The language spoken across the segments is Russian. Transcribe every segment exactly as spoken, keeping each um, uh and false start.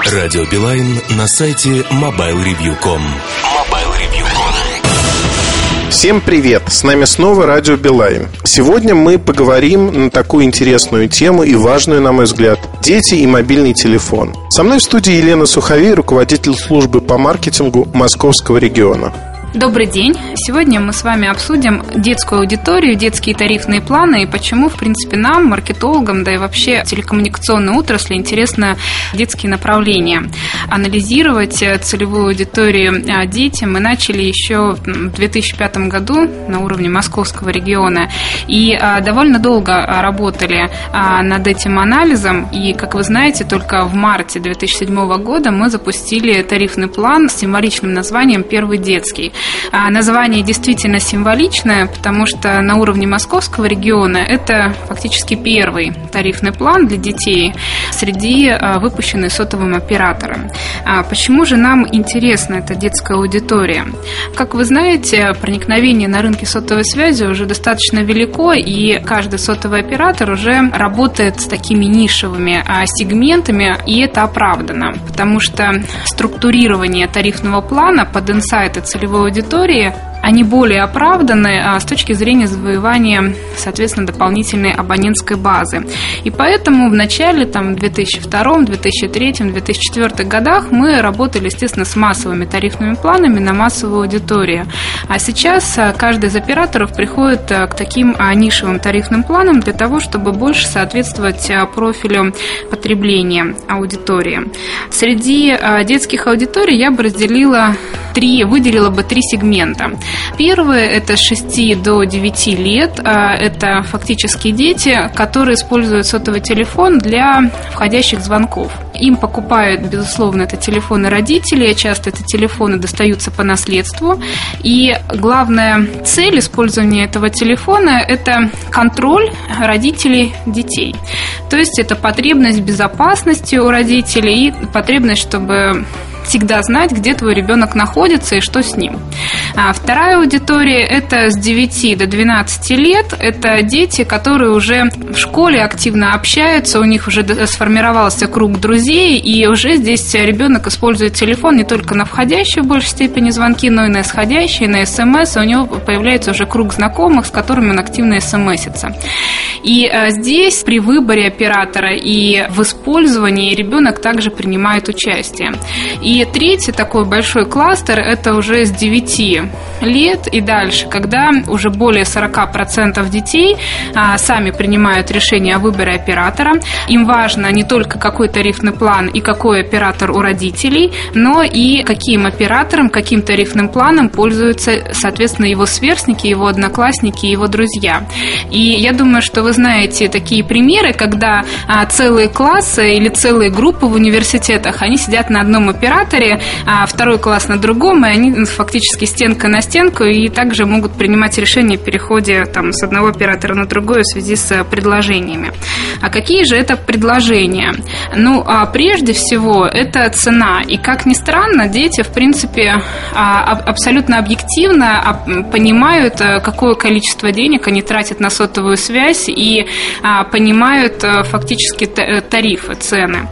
Радио Билайн на сайте мобайл ревью точка ком. мобайл ревью точка ком. Всем привет! С нами снова Радио Билайн. Сегодня мы поговорим на такую интересную тему и важную, на мой взгляд, дети и мобильный телефон. Со мной в студии Елена Суховей, руководитель службы по маркетингу Московского региона. Добрый день! Сегодня мы с вами обсудим детскую аудиторию, детские тарифные планы и почему, в принципе, нам, маркетологам, да и вообще телекоммуникационной отрасли интересно детские направления. Анализировать целевую аудиторию детям мы начали еще в две тысячи пятом году на уровне Московского региона и довольно долго работали над этим анализом. И, как вы знаете, только в марте две тысячи седьмого года мы запустили тарифный план с символичным названием «Первый детский». Название действительно символичное, потому что на уровне Московского региона это фактически первый тарифный план для детей среди выпущенных сотовым оператором. Почему же нам интересна эта детская аудитория? Как вы знаете, проникновение на рынке сотовой связи уже достаточно велико, и каждый сотовый оператор уже работает с такими нишевыми сегментами, и это оправдано, потому что структурирование тарифного плана под инсайты целевой аудитории, они более оправданы а, с точки зрения завоевания, соответственно, дополнительной абонентской базы. И поэтому в начале там, две тысячи втором, две тысячи третьем, две тысячи четвёртом годах мы работали, естественно, с массовыми тарифными планами на массовую аудиторию. А сейчас а, каждый из операторов приходит а, к таким а, нишевым тарифным планам для того, чтобы больше соответствовать а, профилю потребления аудитории. Среди а, детских аудиторий я бы разделила три, выделила бы три сегмента. Первый – это с шести до девяти лет. Это фактически дети, которые используют сотовый телефон для входящих звонков. Им покупают, безусловно, это телефоны родителей, часто это телефоны достаются по наследству. И главная цель использования этого телефона – это контроль родителей детей. То есть это потребность в безопасности у родителей и потребность, чтобы всегда знать, где твой ребенок находится и что с ним. А вторая аудитория – это с девяти до двенадцати лет. Это дети, которые уже в школе активно общаются, у них уже сформировался круг друзей, и уже здесь ребенок использует телефон не только на входящие в большей степени звонки, но и на исходящие, на смс. У него появляется уже круг знакомых, с которыми он активно смсится. И здесь при выборе оператора и в использовании ребенок также принимает участие. И третий такой большой кластер – это уже с девяти лет и дальше, когда уже более сорок процентов детей а, сами принимают решение о выборе оператора. Им важно не только какой тарифный план и какой оператор у родителей, но и каким оператором, каким тарифным планом пользуются, соответственно, его сверстники, его одноклассники, его друзья. И я думаю, что вы знаете такие примеры, когда а, целые классы или целые группы в университетах, они сидят на одном операторе, а второй класс на другом, и они фактически стенка на стенку, и также могут принимать решения о переходе там, с одного оператора на другой в связи с предложениями. А какие же это предложения? Ну, а прежде всего, это цена. И, как ни странно, дети, в принципе, абсолютно объективно понимают, какое количество денег они тратят на сотовую связь, и понимают фактически тарифы, цены.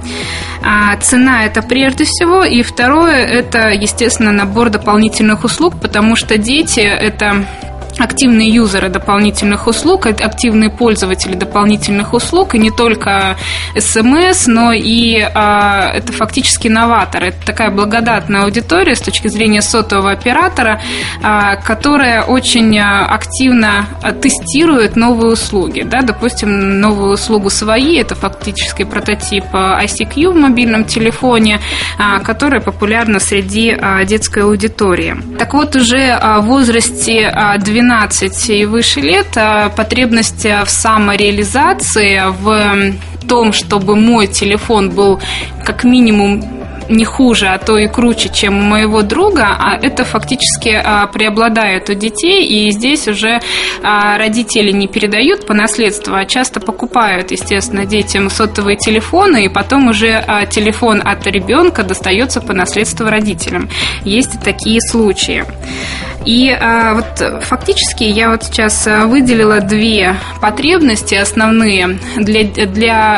Цена – это прежде всего, и второе – это, естественно, набор дополнительных услуг, потому что дети – это активные юзеры дополнительных услуг, активные пользователи дополнительных услуг, и не только СМС, но и а, это фактически новаторы. Это такая благодатная аудитория с точки зрения сотового оператора, а, которая очень активно тестирует новые услуги. Да? Допустим, новую услугу свои, это фактически прототип ай си кью в мобильном телефоне, а, которая популярна среди а, детской аудитории. Так вот, уже а, в возрасте а, двенадцати и выше лет потребность в самореализации, в том, чтобы мой телефон был как минимум не хуже, а то и круче, чем у моего друга, а это фактически а, преобладает у детей, и здесь уже а, родители не передают по наследству, а часто покупают, естественно, детям сотовые телефоны, и потом уже а, телефон от ребенка достается по наследству родителям. Есть и такие случаи. И а, вот фактически я вот сейчас выделила две потребности основные для, для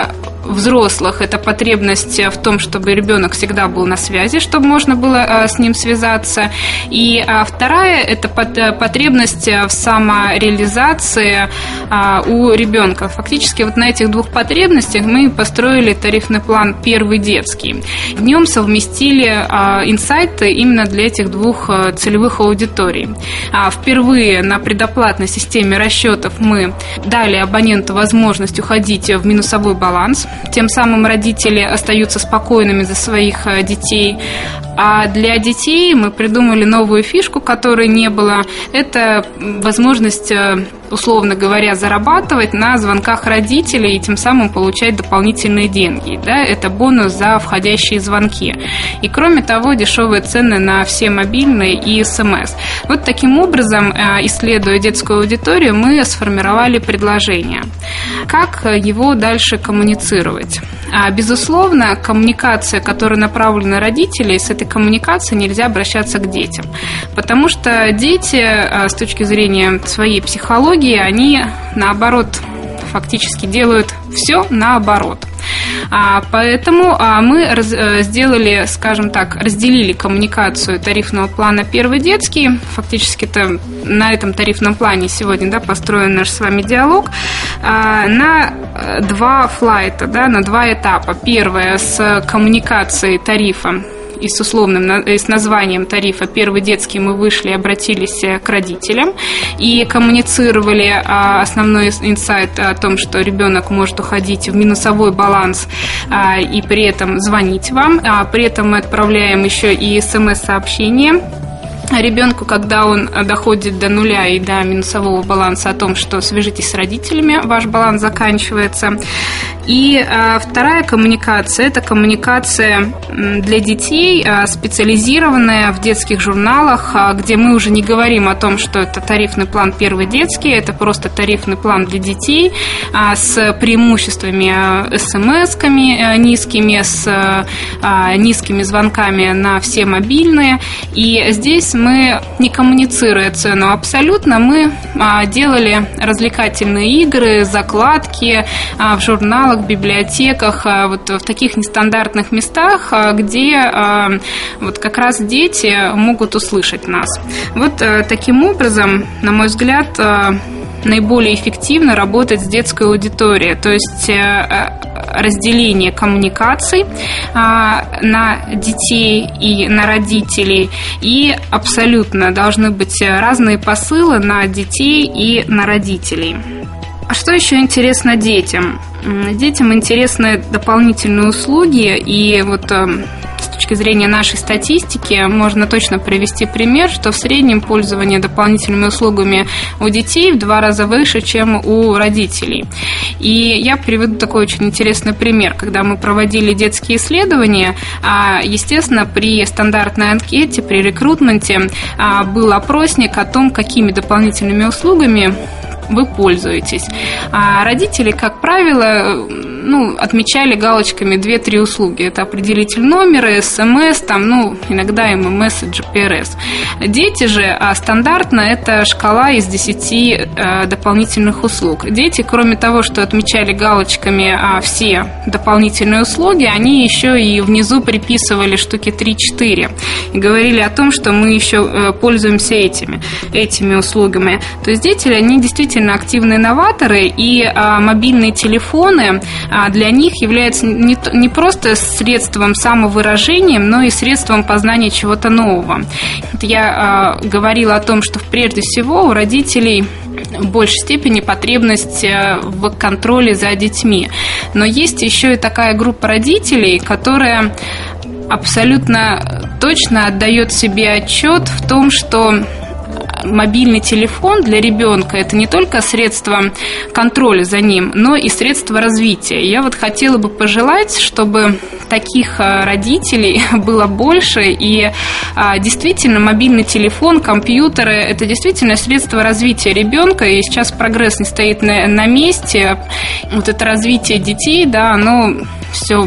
взрослых – это потребность в том, чтобы ребенок всегда был на связи, чтобы можно было с ним связаться. И вторая – это потребность в самореализации у ребенка. Фактически вот на этих двух потребностях мы построили тарифный план «Первый детский». В нем совместили инсайты именно для этих двух целевых аудиторий. Впервые на предоплатной системе расчетов мы дали абоненту возможность уходить в минусовой баланс. Тем самым родители остаются спокойными за своих детей. А для детей мы придумали новую фишку, которой не было. Это возможность, условно говоря, зарабатывать на звонках родителей и тем самым получать дополнительные деньги. Да? Это бонус за входящие звонки. И кроме того, дешевые цены на все мобильные и СМС. Вот таким образом, исследуя детскую аудиторию, мы сформировали предложение. Как его дальше коммуницировать? Безусловно, коммуникация, которая направлена на родителей, с этой коммуникацией нельзя обращаться к детям. Потому что дети, с точки зрения своей психологии, они, наоборот, фактически делают все наоборот. А, поэтому а, мы раз, а, сделали, скажем так, разделили коммуникацию тарифного плана «Первый детский». Фактически-то на этом тарифном плане сегодня, да, построен наш с вами диалог а, на два флайта, да, на два этапа. Первое с коммуникацией тарифа и с условным, и с названием тарифа «Первый детский» мы вышли и обратились к родителям и коммуницировали основной инсайт о том, что ребенок может уходить в минусовой баланс и при этом звонить вам. При этом мы отправляем еще и СМС-сообщение ребенку, когда он доходит до нуля и до минусового баланса, о том, что свяжитесь с родителями, ваш баланс заканчивается. И а, вторая коммуникация – это коммуникация для детей, а, специализированная в детских журналах, а, где мы уже не говорим о том, что это тарифный план «Первый детский», это просто тарифный план для детей а, с преимуществами а, смс-ками а, низкими, с а, низкими звонками на все мобильные. И здесь мы, не коммуницируя цену абсолютно, мы а, делали развлекательные игры, закладки а, в журналах, в библиотеках, а, вот в таких нестандартных местах, а, где а, вот как раз дети могут услышать нас. Вот а, таким образом, на мой взгляд, а, наиболее эффективно работать с детской аудиторией, то есть разделение коммуникаций на детей и на родителей, и абсолютно должны быть разные посылы на детей и на родителей. А что еще интересно детям? Детям интересны дополнительные услуги, и вот с точки зрения нашей статистики можно точно привести пример, что в среднем пользование дополнительными услугами у детей в два раза выше, чем у родителей. И я приведу такой очень интересный пример. Когда мы проводили детские исследования, естественно, при стандартной анкете, при рекрутменте был опросник о том, какими дополнительными услугами вы пользуетесь. А родители, как правило, ну, отмечали галочками две-три услуги. Это определитель номера, СМС, там, ну, иногда ММС и джи пи ар эс. Дети же а стандартно это шкала из десяти э, дополнительных услуг. Дети, кроме того, что отмечали галочками а, все дополнительные услуги, они еще и внизу приписывали штуки три-четыре и говорили о том, что мы еще э, пользуемся этими, этими услугами. То есть дети, они действительно активные новаторы, и а, мобильные телефоны а, для них являются не, не просто средством самовыражения, но и средством познания чего-то нового. Я а, говорила о том, что прежде всего у родителей в большей степени потребность в контроле за детьми. Но есть еще и такая группа родителей, которая абсолютно точно отдает себе отчет в том, что мобильный телефон для ребенка – это не только средство контроля за ним, но и средство развития. Я вот хотела бы пожелать, чтобы таких родителей было больше, и действительно мобильный телефон, компьютеры – это действительно средство развития ребенка, и сейчас прогресс не стоит на, на месте. Вот это развитие детей, да, оно все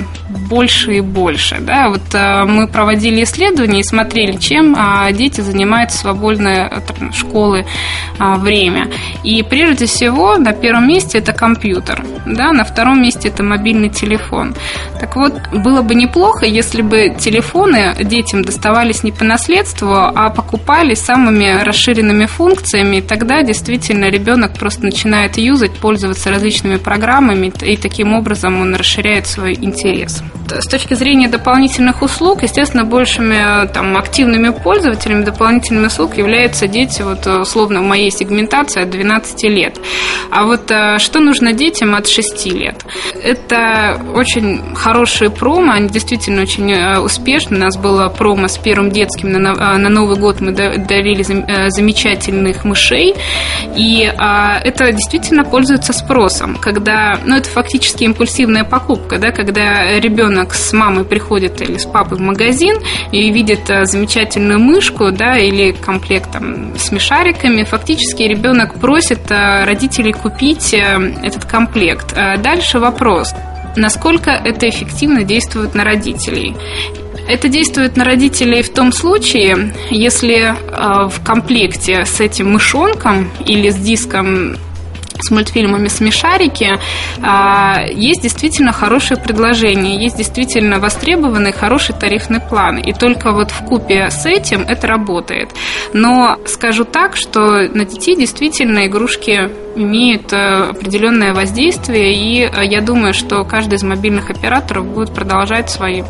больше и больше. Да? Вот мы проводили исследования и смотрели, чем дети занимаются в свободное от школы время. И прежде всего на первом месте это компьютер, да? На втором месте это мобильный телефон. Так вот, было бы неплохо, если бы телефоны детям доставались не по наследству, а покупались самыми расширенными функциями. И тогда действительно ребенок просто начинает юзать, пользоваться различными программами, и таким образом он расширяет свой интерес. С точки зрения дополнительных услуг, естественно, большими там, активными пользователями дополнительных услуг являются дети, вот, условно, в моей сегментации от двенадцати лет. А вот что нужно детям от шести лет? Это очень хорошие промо, они действительно очень успешны. У нас было промо с первым детским, на, на Новый год мы дарили замечательных мышей, и это действительно пользуется спросом, когда, ну, это фактически импульсивная покупка, да, когда ребенок с мамой приходит или с папой в магазин и видит замечательную мышку, да, или комплект там, с смешариками, фактически ребенок просит родителей купить этот комплект. Дальше вопрос, насколько это эффективно действует на родителей. Это действует на родителей в том случае, если в комплекте с этим мышонком или с диском с мультфильмами «Смешарики» есть действительно хорошее предложение, есть действительно востребованный хороший тарифный план. И только вот вкупе с этим это работает. Но скажу так, что на детей действительно игрушки имеют определенное воздействие, и я думаю, что каждый из мобильных операторов будет продолжать свои,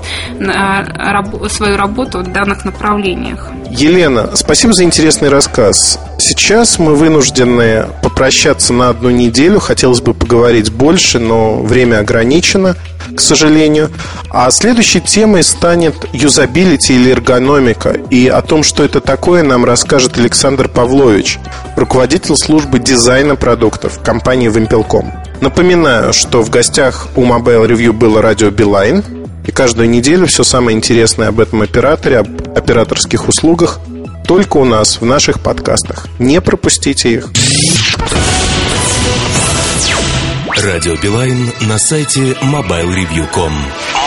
свою работу в данных направлениях. Елена, спасибо за интересный рассказ. Сейчас мы вынуждены попрощаться на одну неделю. Хотелось бы поговорить больше, но время ограничено, к сожалению. А следующей темой станет юзабилити или эргономика. И о том, что это такое, нам расскажет Александр Павлович, руководитель службы дизайна продуктов компании Wimpel.com. Напоминаю, что в гостях у Mobile Review было радио Билайн. И каждую неделю все самое интересное об этом операторе, об операторских услугах только у нас в наших подкастах. Не пропустите их. Радио Билайн на сайте мобайл ревью точка ком.